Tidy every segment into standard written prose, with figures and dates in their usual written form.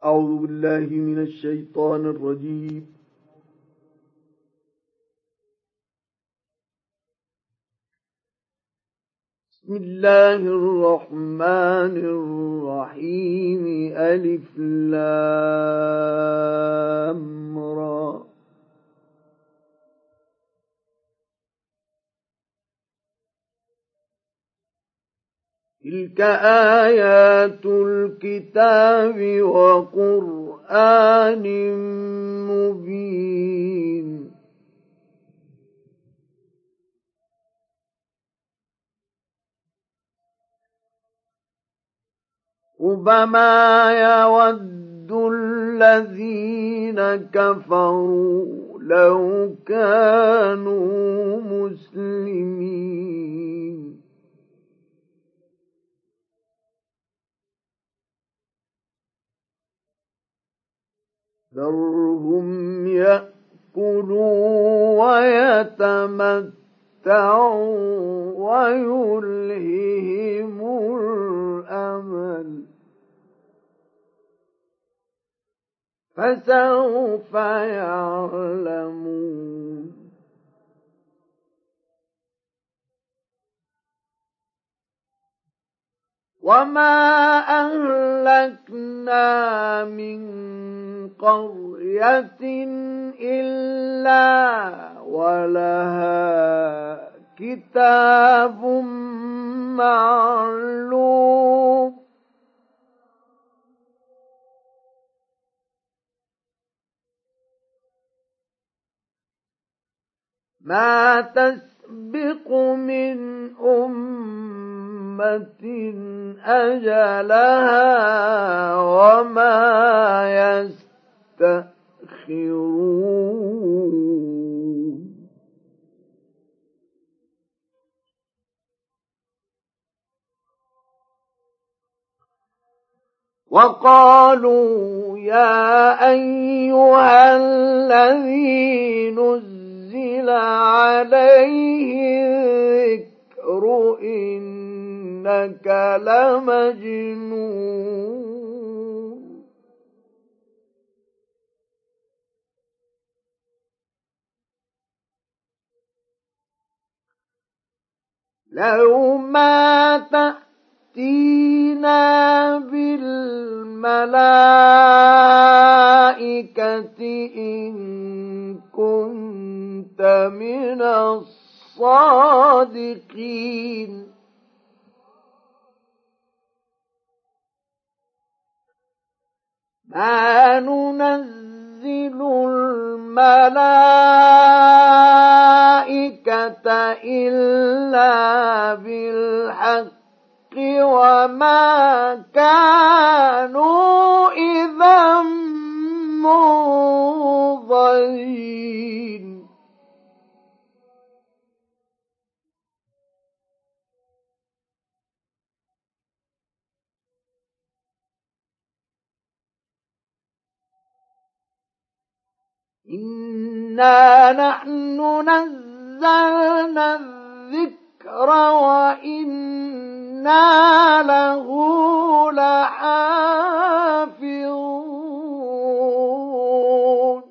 أعوذ بالله من الشيطان الرجيم. بسم الله الرحمن الرحيم. ألف لام را. تلك آيات الكتاب وقرآن مبين. ربما يود الذين كفروا لو كانوا مسلمين. ذرهم يأكلوا ويتمتعوا ويلههم الأمل، فسوف يعلمون. وما أهلكنا من قرية إلا ولها كتاب معلوم. ما تسبق من أمة أجلها وما يستأخرون. وقالوا يا أيها الذي نزل عليه الذكر إنك لمجنون. لو ما تأتينا بالملائكة إن كنت من الصادقين. ما ننزل الملائكة إلا بالحق وما كانوا إذا منظرين. إنا نحن نزلنا الذكر وإنا له لحافظون.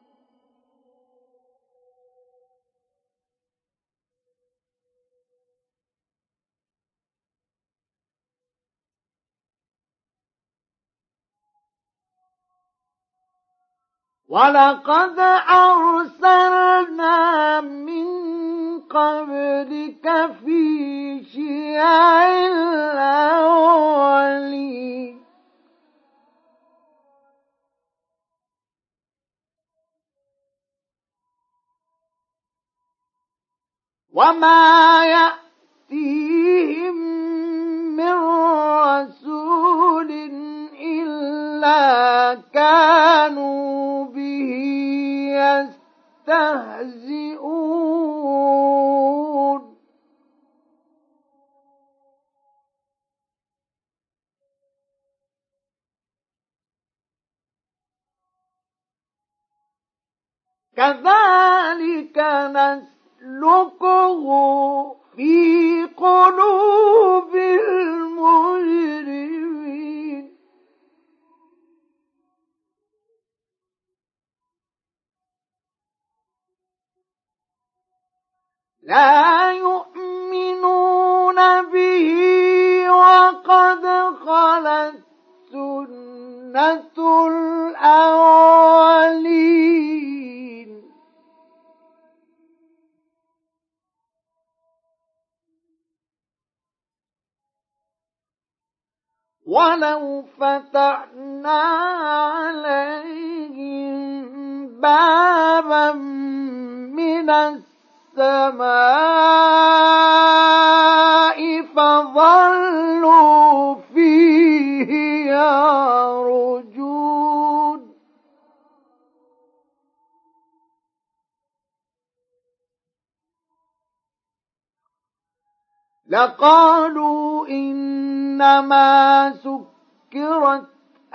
ولقد أرسلنا من قبلك في شيع الأولين. وما يأتيهم من رسول إلا كانوا به يستهزئون. كذلك نسلكه في قلوب المجرمين. لا يؤمنون به وقد خلت سنة الأولين ولو فتحنا عليهم بابا من السماء فظلوا فيه يعرجون لقالوا إنما سكرت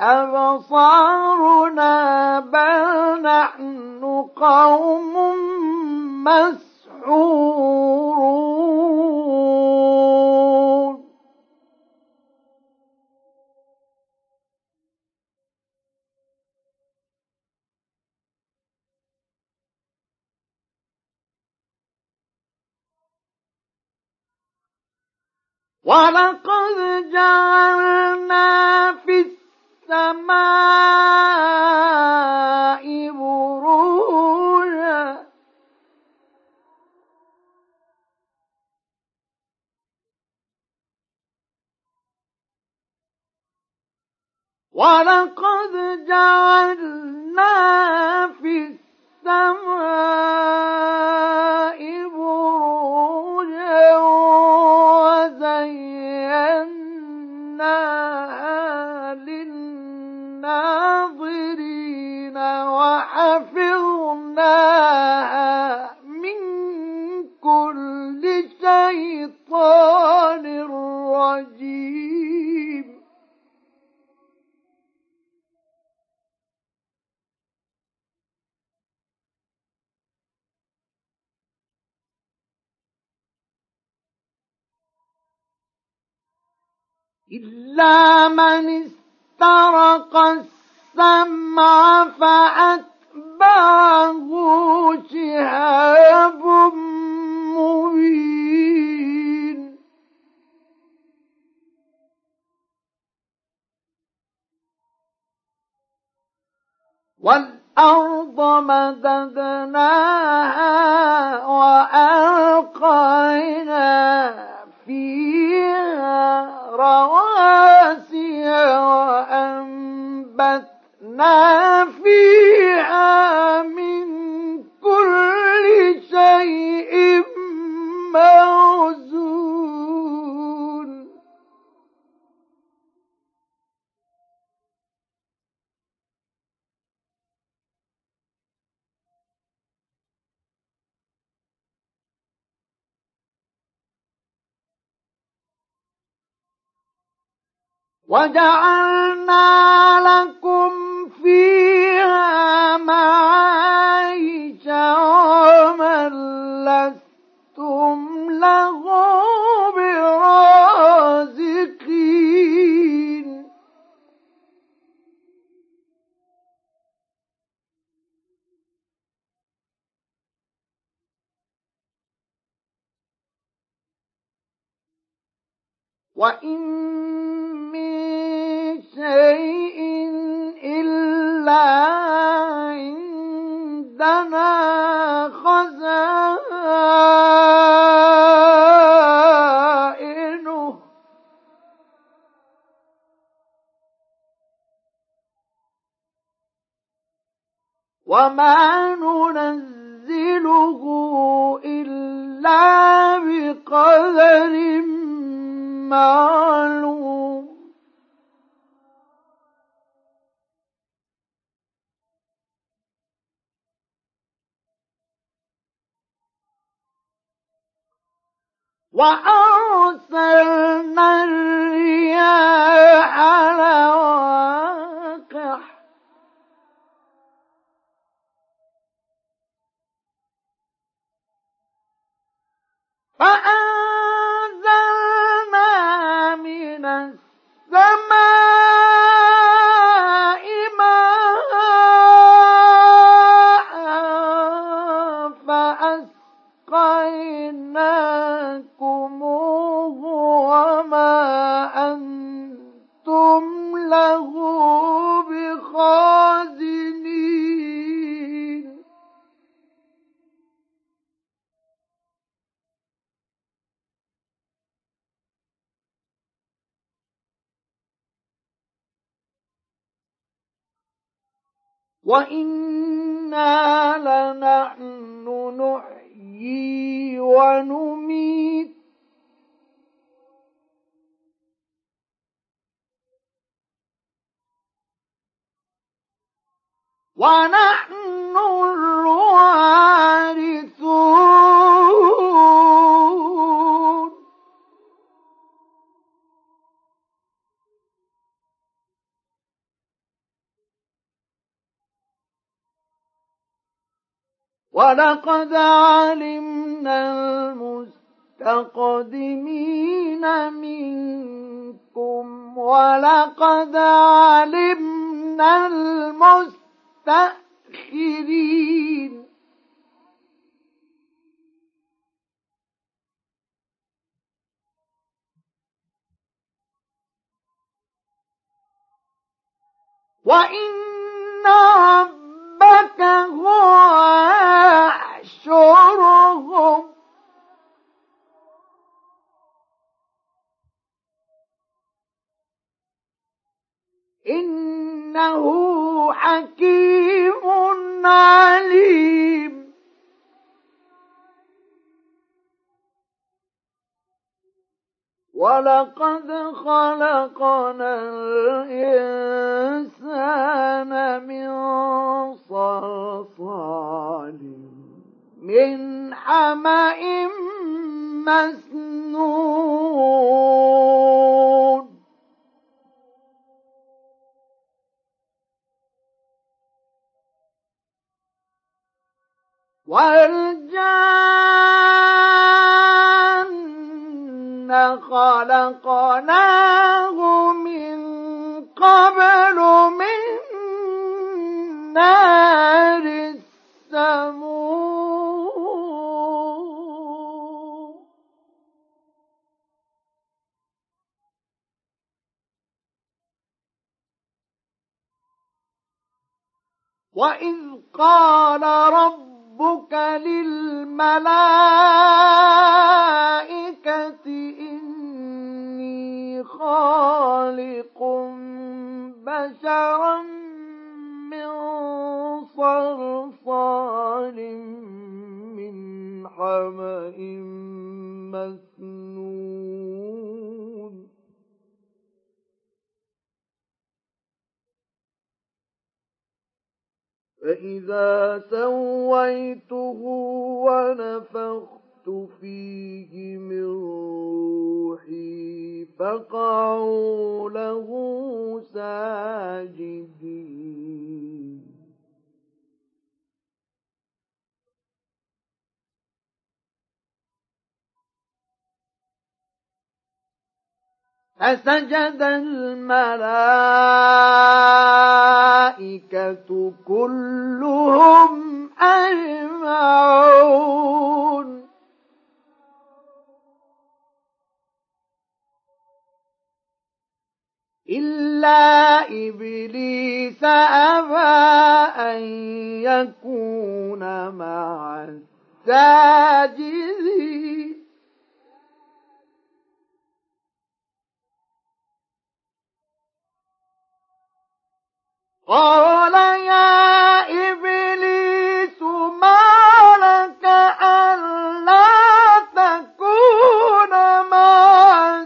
أبصارنا بل نحن قوم مسحورون ولقد جعلنا في السماء بروجا ولقد جعلنا في السماء بروجا وزيناها للناظرين وحفظناها من كل شيطان رجيم إلا من استرق السمع فأتبعه شهاب مبين والأرض مددناها وألقينا فيها رواسي وأنبتنا فيها من كل شيء موزون وجعلنا لكم فيها معايش ومن لستم له برازقين وإن من شيء إلا عندنا خزائنه وما ننزله إلا بقدر معلوم وأرسلنا الرياح لواقح فأنزلنا من السماء ماء فأسقيناكم بخازنين وإنا لنحن نحيي ونميت ونحن الوارثون ولقد علمنا المستقدمين منكم ولقد علمنا المستأخرين وإن ربك هو يحشرهم إنه حكيم عليم ولقد خلقنا الإنسان من صلصال من حمأ مسنون والجان خلقناه من قبل من نار السموم وإذ قال ربك للملائكة إني خالق بشرا من صلصال من حمأ مسنون فإذا سويته ونفخت فيه من روحي فقعوا له ساجدين فسجد الملائكة كلهم أجمعون إلا إبليس أبى أن يكون مع الساجدين قال يا إبليس ما لك ألا تكون مع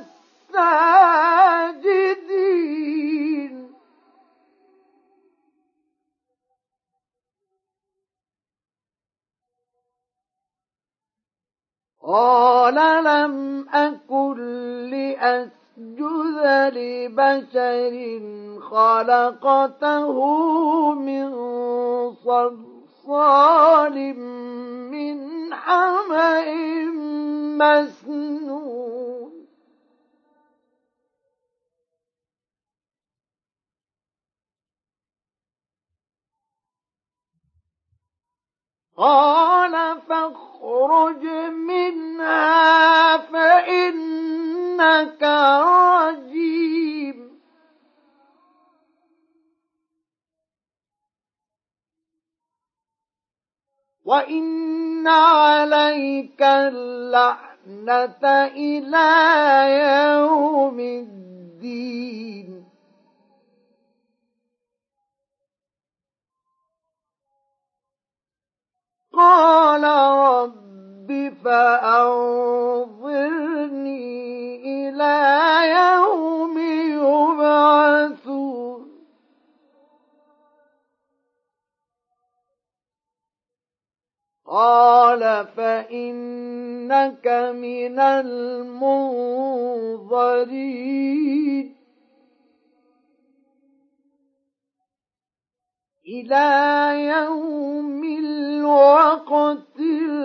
الساجدين قال لم أكن لأسجد لبشر خلقته من صلصال من حمأ مسنون قال فاخرج منها فإنك رجيم وإن عليك اللعنة إلى يوم الدين. قال رب فأنظرني إلى يوم يبعثون. قال فإنك من المنظرين إلى يوم الوقت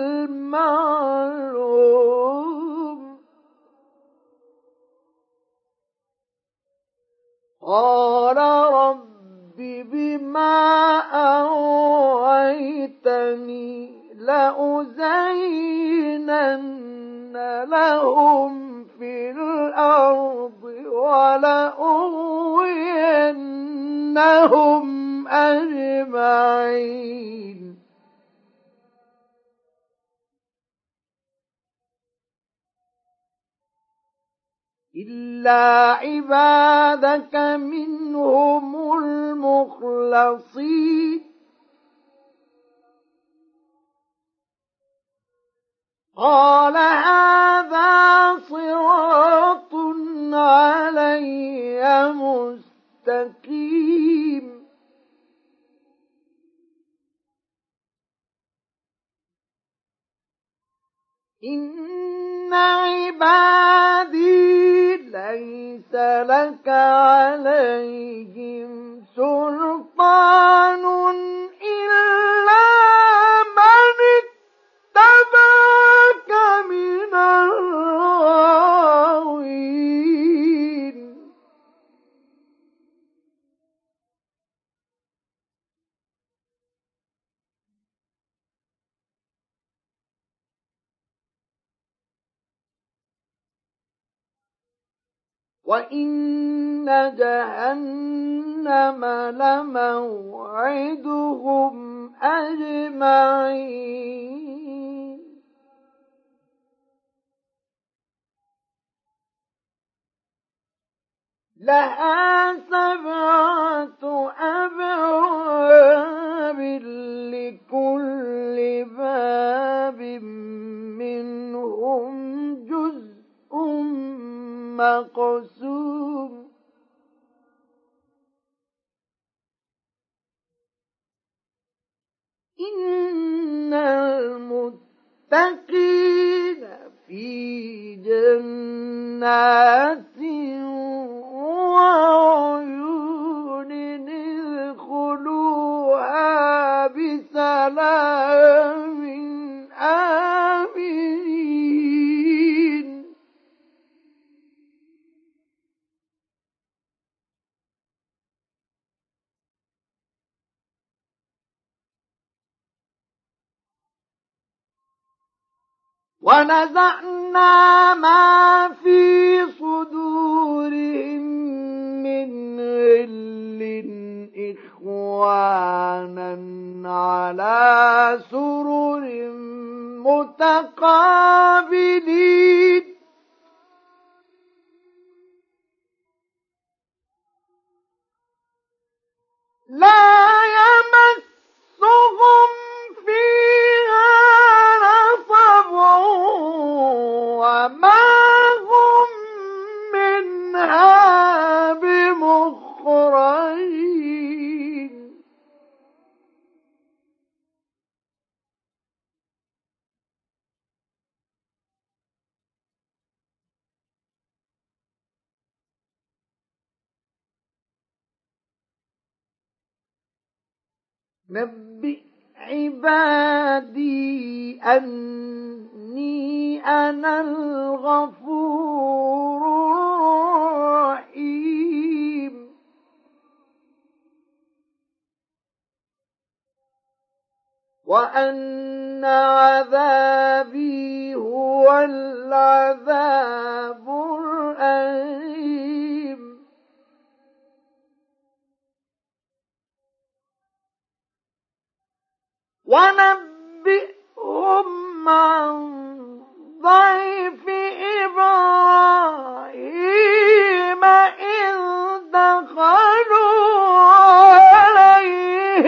المعلوم. قال رب بما أغويتني لأزينن لهم في الأرض ولأغوينهم أجمعين إلا عبادك منهم المخلصين. قال هذا صراط علي مستقيم. إن عبادي ليس لك عليهم سلطان إلا من اتبعك من الغاوين. وإن جهنم لموعدهم أجمعين لها 7 أبواب لكل باب منهم جزء مقسوم. إن المتقين في جنات وعيون ادخلوها بسلام آمنين. ونزعنا ما في صدورهم من غل إخوانا على سرر متقابلين لا يمسهم فيها نصب وما هم منها بمخرجين. نبئ عبادي أني أنا الغفور الرحيم. وأن عذابي هو العذاب الأليم. ونبئهم نبئهم عن ضيف إبراهيم إذ دخلوا عليه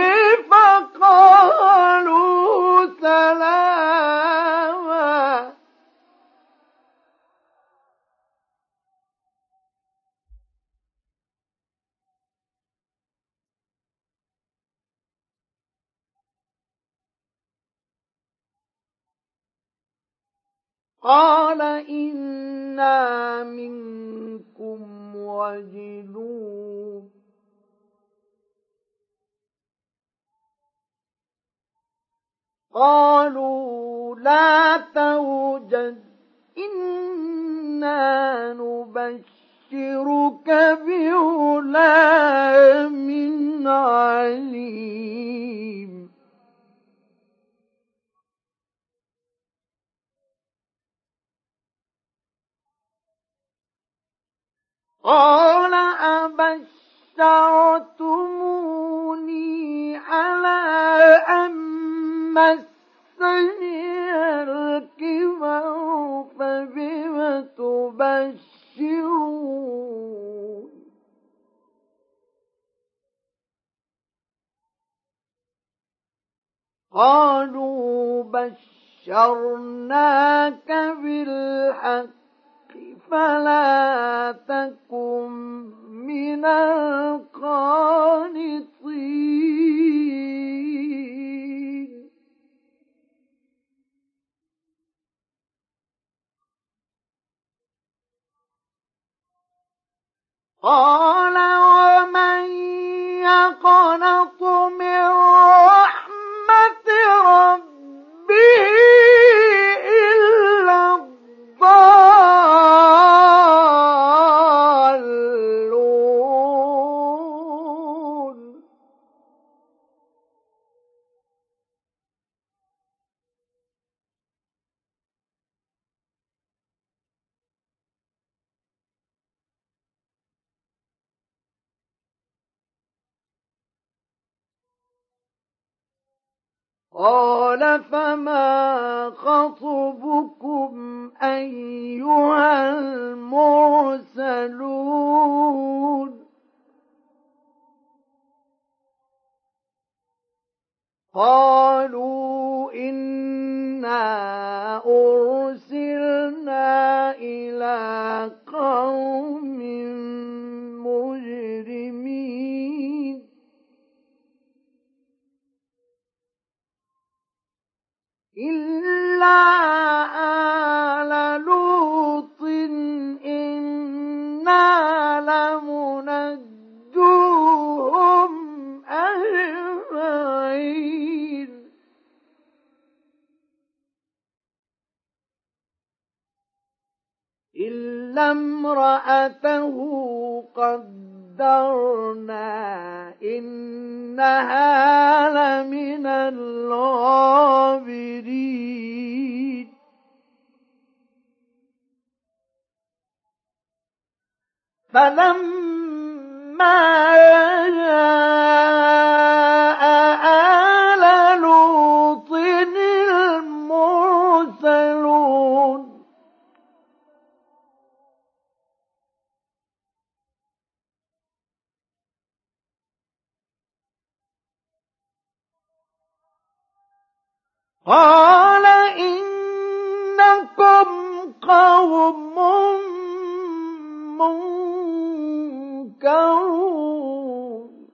فقالوا سلاما قال إنا منكم وجلون قالوا لا توجل إنا نبشرك بغلام عليم قال أبشرتموني على أن مسني الكبر فبم تبشرون قالوا بشرناك بالحق فلا تكن من القانطين قال ومن يقنط من رحمة ربه إلا الضالون قال فما خطبكم أيها المرسلون قالوا إنا أرسلنا إلى قوم مجرمين إلا آل لوط إنا لمنجوهم أجمعين إلا امرأته قدرنا إنها لمن الغابرين فلما جاء آل لوط المرسلون قال إنكم قوم منكرون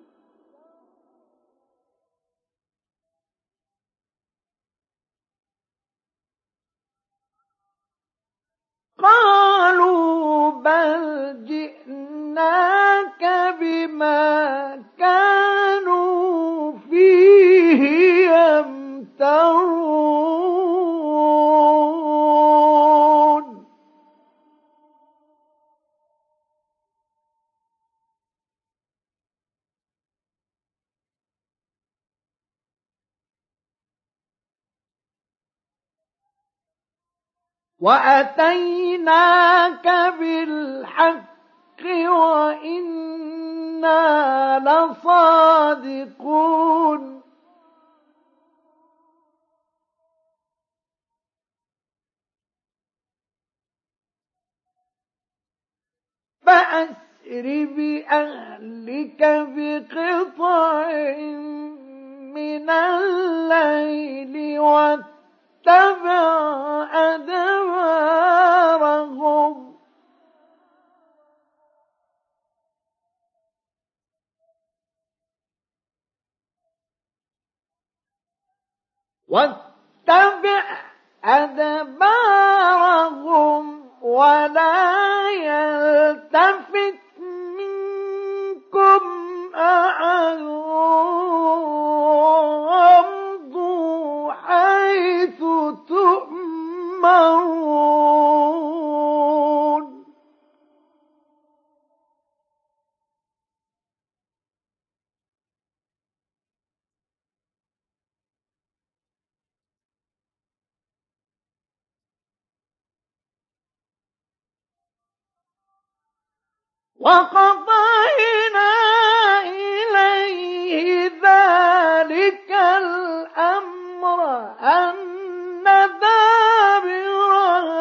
قالوا بل جئناك بما كانوا فيه يمترون وأتيناك بالحق وإنا لصادقون فأسر بأهلك بقطع من الليل واتبع أدبارهم ولا يلتفت منكم أحد وامضوا حيث تؤمرون وقضينا إليه ذلك الأمر أن دابر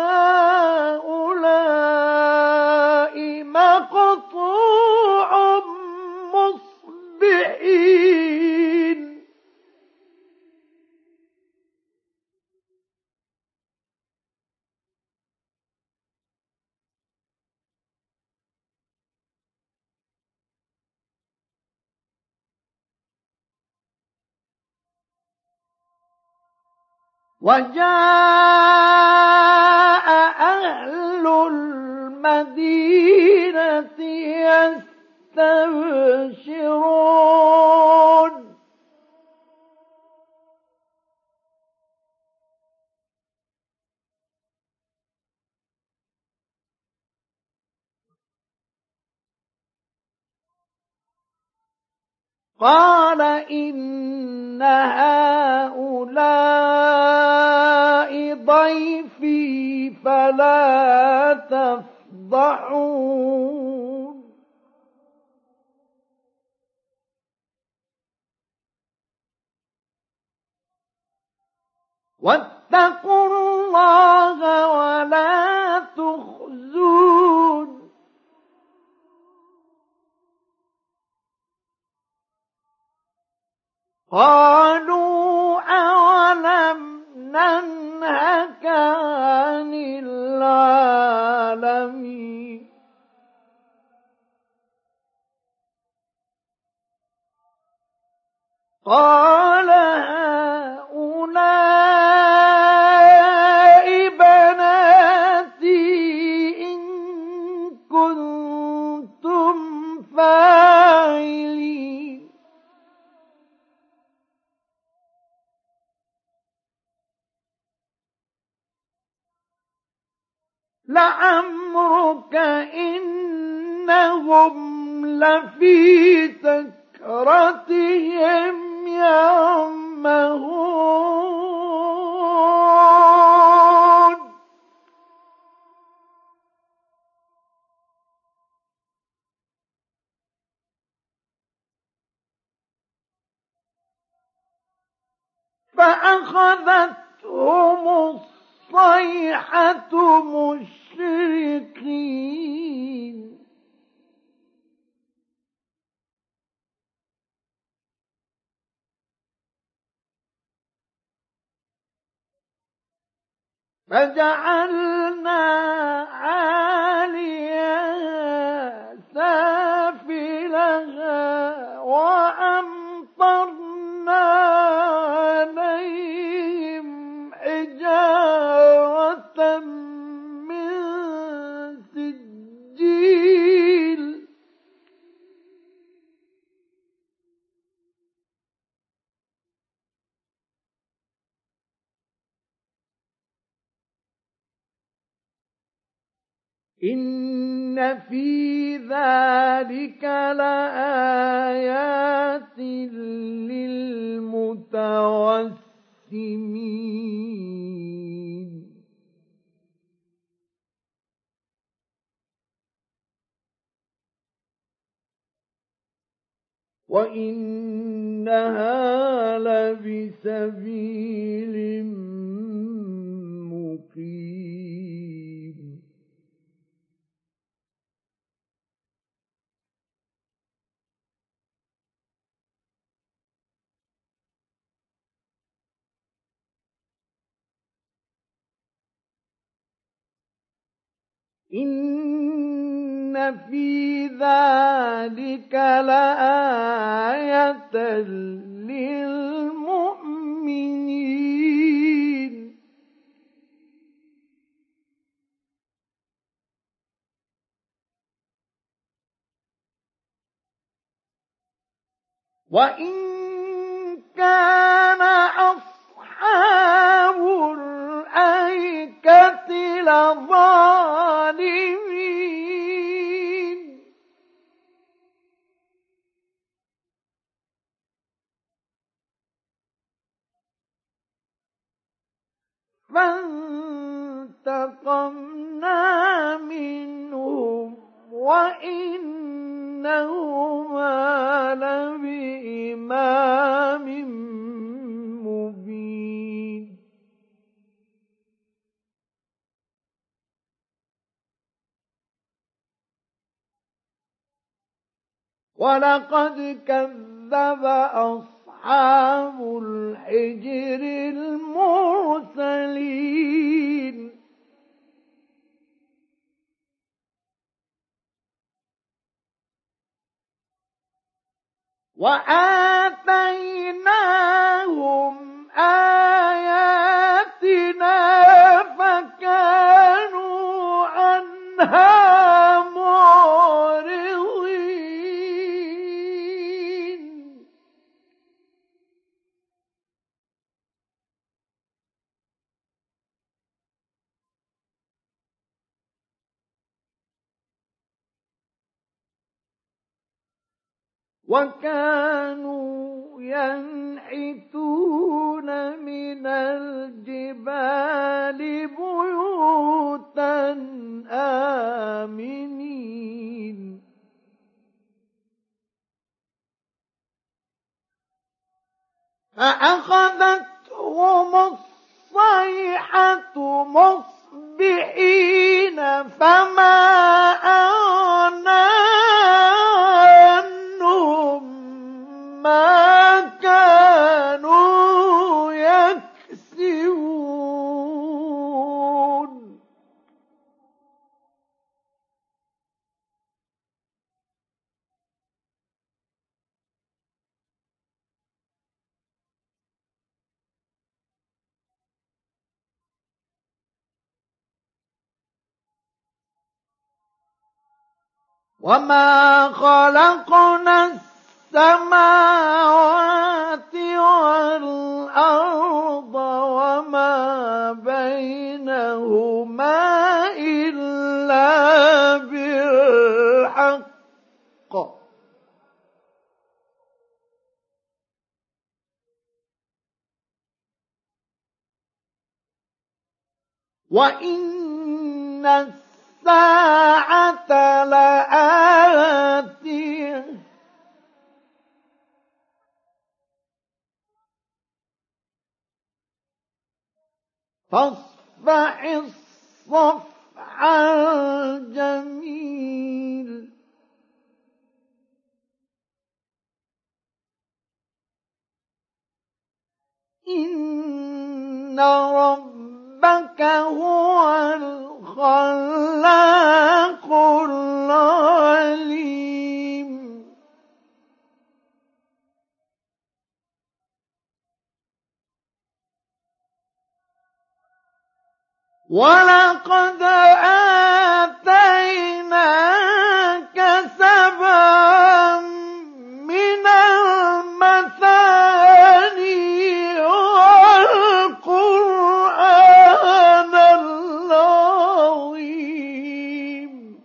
هؤلاء مقطوع مصبحين وجاء أهل المدينة يستبشرون قال إن هؤلاء ضيفي فلا تفضحون واتقوا الله ولا تخزون قالوا أولم ننهك عن العالمين قال هؤلاء بناتي إن كنتم فاعلين لعمرك إنهم لفي سكرتهم يعمهون فأخذتهم الصيحة مشرقين فجعلنا عاليها سافلها وأمطرنا عليهم حجارة من سجيل إن في ذلك لآيات للمتوسمين وإنها لبسبيل مقيم إن في ذلك لآية للمؤمنين وإن كان أصحاب الأيكة لظالمين فانتقمنا منهم وإنهما لبإمام مبين ولقد كذب أصحاب الحجر المرسلين وآتيناهم آياتنا فكانوا عنها معرضين وكانوا ينحتون من الجبال بيوتا آمنين فأخذتهم الصيحة مصبحين فما أغنى عنهم ما كانوا يكسبون وما خلقنا السماوات والأرض وما بينهما إلا بالحق وإن الساعة لآتية فاصفح الصفح الجميل إن ربك هو الخلاق العليم ولقد آتيناك سبعا من المثاني والقرآن العظيم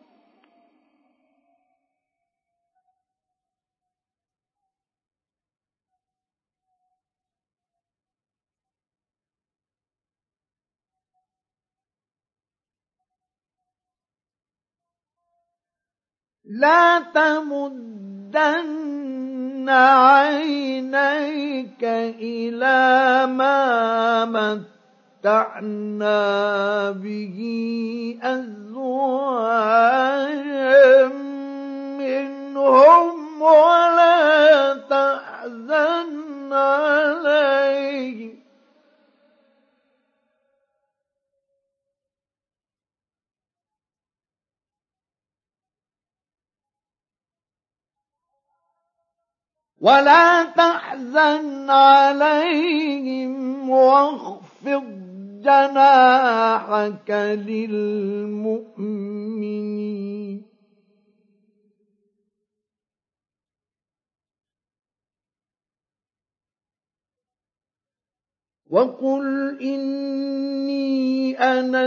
لا تمدن عينيك إلى ما متعنا به أزواجا منهم ولا تحزن عليهم ولا تحزن عليهم واخفض جناحك للمؤمنين وقل إني أنا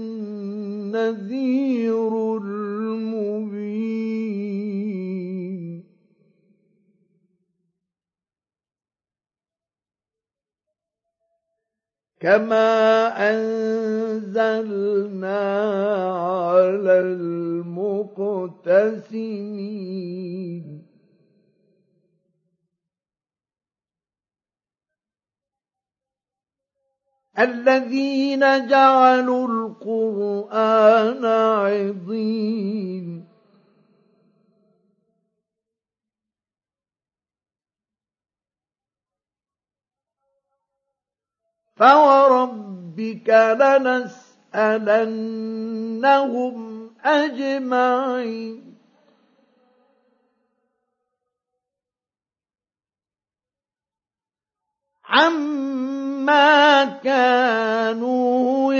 النذير المبين كما أنزلنا على المقتسمين الذين جعلوا القرآن عضين فوربك لنسألنهم أجمعين عما كانوا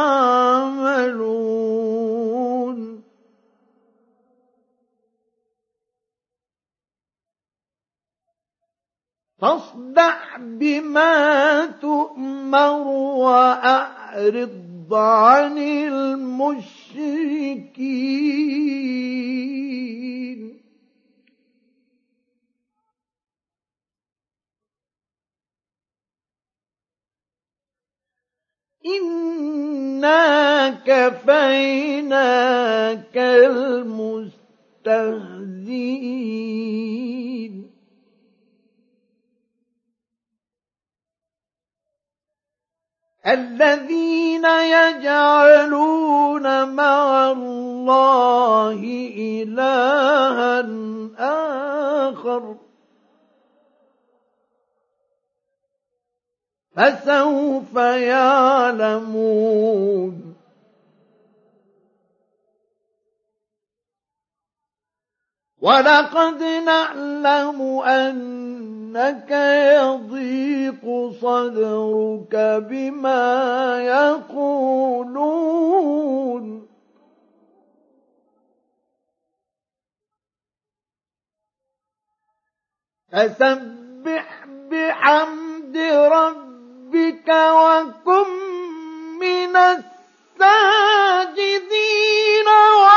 يعملون فاصدع بما تؤمر وأعرض عن المشركين إنا كفيناك المستهزئين الذين يجعلون مع الله إلها آخر فسوف يعلمون ولقد نعلم أنك يضيق صدرك بما يقولون فسبح بحمد ربك وكن من الساجدين